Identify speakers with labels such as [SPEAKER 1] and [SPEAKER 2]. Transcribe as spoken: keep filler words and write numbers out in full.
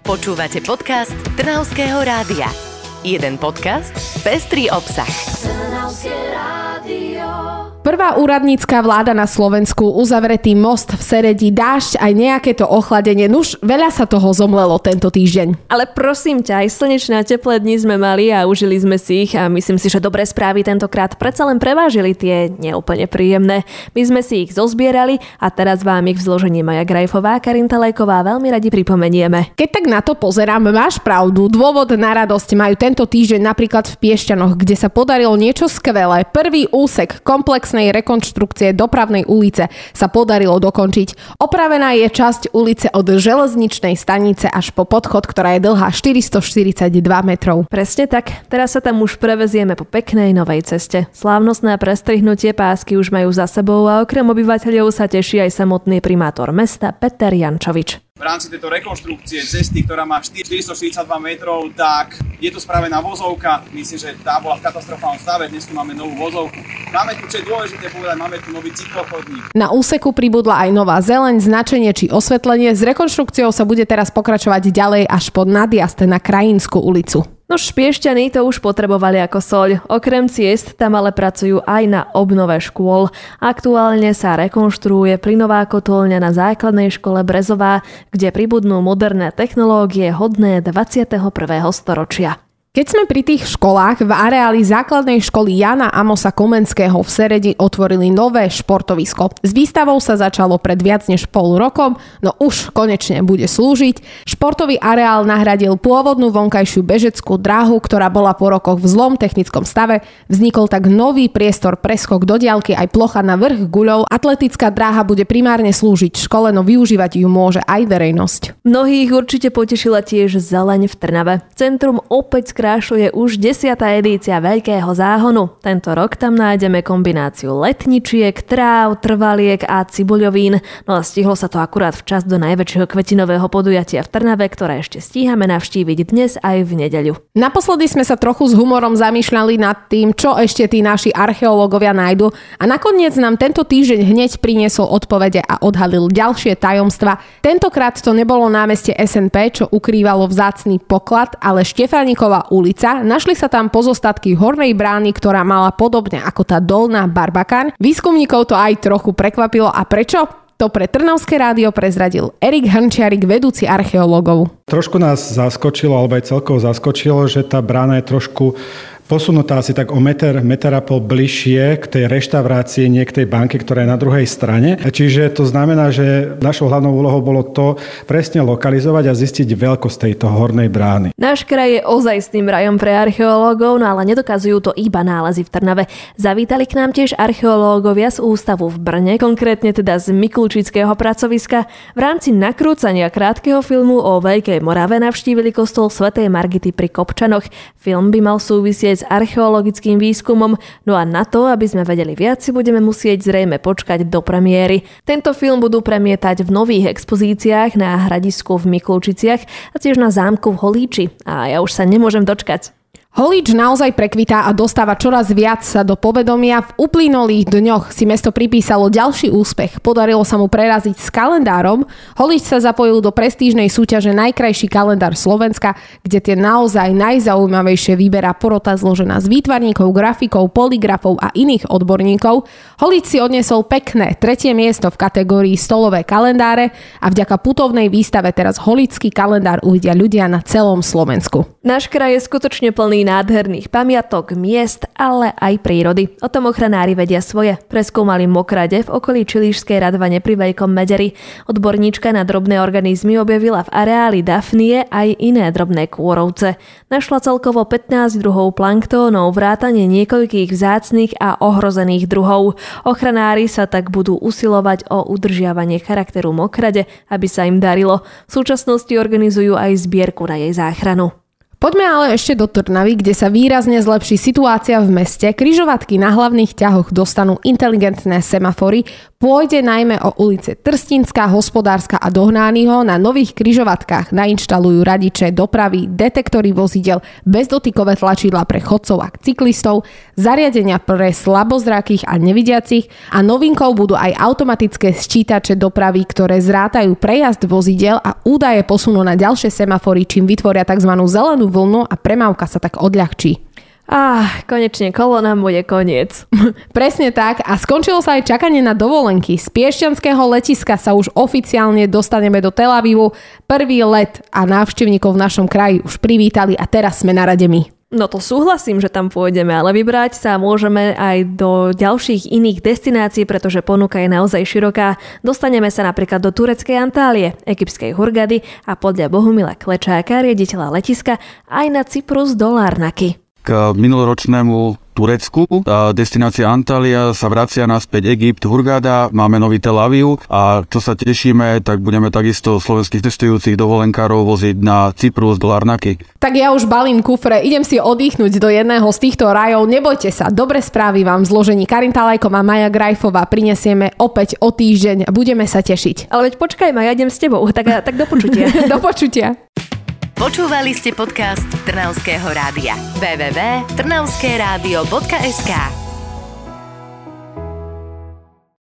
[SPEAKER 1] Počúvate podcast Trnavského rádia. Jeden podcast, pestrý obsah. Trnavské rádio.
[SPEAKER 2] Prvá úradnícka vláda na Slovensku, uzavretý most v Seredi, dážď aj nejaké to ochladenie. Nuž, veľa sa toho zomlelo tento týždeň.
[SPEAKER 3] Ale prosím ťa, aj slnečné a teplé dni sme mali a užili sme si ich a myslím si, že dobré správy tentokrát predsa len prevážili tie neúplne príjemné. My sme si ich zozbierali a teraz vám ich v zložení Maja Grajfová, Karin Telejková veľmi radi pripomenieme.
[SPEAKER 2] Keď tak na to pozerám, máš pravdu. Dôvod na radosť majú tento týždeň napríklad v Piešťanoch, kde sa podarilo niečo skvelé. Prvý úsek komplexnej rekonštrukcie dopravnej ulice sa podarilo dokončiť. Opravená je časť ulice od železničnej stanice až po podchod, ktorá je dlhá štyristoštyridsaťdva metrov.
[SPEAKER 3] Presne tak, teraz sa tam už prevezieme po peknej novej ceste. Slávnostné prestrihnutie pásky už majú za sebou a okrem obyvateľov sa teší aj samotný primátor mesta Peter Jančovič.
[SPEAKER 4] V rámci tejto rekonštrukcie cesty, ktorá má štyristoštyridsaťdva metrov, tak je tu spravená vozovka. Myslím, že tá bola v katastrofálnom stave, dnes tu máme novú vozovku. Máme tu, čo je dôležité povedať, máme tu nový cyklochodník.
[SPEAKER 2] Na úseku pribudla aj nová zeleň, značenie či osvetlenie. S rekonštrukciou sa bude teraz pokračovať ďalej až po nadjazd na Krajinskú ulicu.
[SPEAKER 3] No Piešťany to už potrebovali ako soľ. Okrem ciest tam ale pracujú aj na obnove škôl. Aktuálne sa rekonštruuje plynová kotolňa na základnej škole Brezová, kde pribudnú moderné technológie hodné dvadsiateho prvého storočia.
[SPEAKER 2] Keď sme pri tých školách, v areáli základnej školy Jana Amosa Komenského v Seredi otvorili nové športovisko. S výstavou sa začalo pred viac než pol rokom, no už konečne bude slúžiť. Športový areál nahradil pôvodnú vonkajšiu bežeckú dráhu, ktorá bola po rokoch v zlom technickom stave. Vznikol tak nový priestor pre skok do diaľky aj plocha na vrch guľov. Atletická dráha bude primárne slúžiť škole, no využívať ju môže aj verejnosť.
[SPEAKER 3] Mnohých určite potešila tiež zeleň v Trnave. Centrum opäť skrášuje už desiata edícia Veľkého záhonu. Tento rok tam nájdeme kombináciu letničiek, tráv, trvaliek a cibuľovín. No a stihlo sa to akurát včas do najväčšieho kvetinového podujatia v Trnave, ktoré ešte stíhame navštíviť dnes aj v nedeľu.
[SPEAKER 2] Naposledy sme sa trochu s humorom zamýšľali nad tým, čo ešte tí naši archeológovia nájdu, a nakoniec nám tento týždeň hneď priniesol odpovede a odhalil ďalšie tajomstva. Tentokrát to nebolo námestie es en pé, čo ukrývalo vzácny poklad, ale Štefánikova ulica. Našli sa tam pozostatky hornej brány, ktorá mala podobne ako tá dolná Barbakán. Výskumníkov to aj trochu prekvapilo. A prečo? To pre Trnavské rádio prezradil Erik Hrnčiarik, vedúci archeológov.
[SPEAKER 5] Trošku nás zaskočilo, alebo aj celkovo zaskočilo, že tá brána je trošku posunutá asi tak o meter, meter a pol bližšie k tej reštaurácii, nie k tej banke, ktorá je na druhej strane. Čiže to znamená, že našou hlavnou úlohou bolo to presne lokalizovať a zistiť veľkosť tejto hornej brány.
[SPEAKER 3] Náš kraj je ozajstným rajom pre archeológov, no ale nedokazujú to iba nálezy v Trnave. Zavítali k nám tiež archeológovia z ústavu v Brne, konkrétne teda z Mikulčického pracoviska. V rámci nakrúcania krátkeho filmu o Veľkej Morave navštívili kostol svätej Margity pri Kopčanoch. Film by mal súvisieť s archeologickým výskumom, no a na to, aby sme vedeli viac, si budeme musieť zrejme počkať do premiéry. Tento film budú premietať v nových expozíciách na hradisku v Mikulčiciach a tiež na zámku v Holíči. A ja už sa nemôžem dočkať.
[SPEAKER 2] Holíč naozaj prekvitá a dostáva čoraz viac sa do povedomia. V uplynulých dňoch si mesto pripísalo ďalší úspech. Podarilo sa mu preraziť s kalendárom. Holíč sa zapojil do prestížnej súťaže Najkrajší kalendár Slovenska, kde tie naozaj najzaujímavejšie vyberá porota zložená z výtvarníkov, grafikov, poligrafov a iných odborníkov. Holíč si odniesol pekné tretie miesto v kategórii stolové kalendáre a vďaka putovnej výstave teraz holíčsky kalendár uvidia ľudia na celom Slovensku.
[SPEAKER 3] Náš kraj je skutočne plný nádherných pamiatok, miest, ale aj prírody. O tom ochranári vedia svoje. Preskúmali mokrade v okolí Čilíšskej Radvane pri Veľkom Mederi. Odborníčka na drobné organizmy objavila v areáli Dafnie aj iné drobné kôrovce. Našla celkovo pätnásť druhov planktónov, vrátane niekoľkých vzácnych a ohrozených druhov. Ochranári sa tak budú usilovať o udržiavanie charakteru mokrade, aby sa im darilo. V súčasnosti organizujú aj zbierku na jej záchranu.
[SPEAKER 2] Poďme ale ešte do Trnavy, kde sa výrazne zlepší situácia v meste. Križovatky na hlavných ťahoch dostanú inteligentné semafory. Pôjde najmä o ulice Trstinská, Hospodárska a Dohnányho. Na nových križovatkách nainštalujú radiče dopravy, detektory vozidel, bezdotykové tlačidlá pre chodcov a cyklistov, zariadenia pre slabozrakých a nevidiacich a novinkou budú aj automatické sčítače dopravy, ktoré zrátajú prejazd vozidel a údaje posunú na ďalšie semafory, čím vytvoria tzv. Zelenú vlnu a premávka sa tak odľahčí.
[SPEAKER 3] Ah, konečne kolo nám bude koniec.
[SPEAKER 2] Presne tak a skončilo sa aj čakanie na dovolenky. Z piešťanského letiska sa už oficiálne dostaneme do Tel Avivu. Prvý let a návštevníkov v našom kraji už privítali a teraz sme na rade my.
[SPEAKER 3] No to súhlasím, že tam pôjdeme, ale vybrať sa môžeme aj do ďalších iných destinácií, pretože ponuka je naozaj široká. Dostaneme sa napríklad do tureckej Antálie, egyptskej Hurgady a podľa Bohumila Klečáka, riaditeľa letiska, aj na Cyprus do Larnaky.
[SPEAKER 6] K minuloročnému Turecku. Destinácia Antália sa vracia naspäť Egypt, Hurgada, máme nový Tel Aviv a čo sa tešíme, tak budeme takisto slovenských cestujúcich dovolenkárov voziť na Cyprus do Larnaky.
[SPEAKER 2] Tak ja už balím kufre, idem si oddychnúť do jedného z týchto rajov. Nebojte sa, dobre správy vám v zložení Karinta Lajková a Maja Grajfová prinesieme opäť o týždeň a budeme sa tešiť.
[SPEAKER 3] Ale veď počkaj ma, ja idem s tebou, tak, tak do počutia.
[SPEAKER 2] Do počutia.
[SPEAKER 1] Počúvali ste podcast Trnavského rádia. w w w bodka trnavskeradio bodka es ká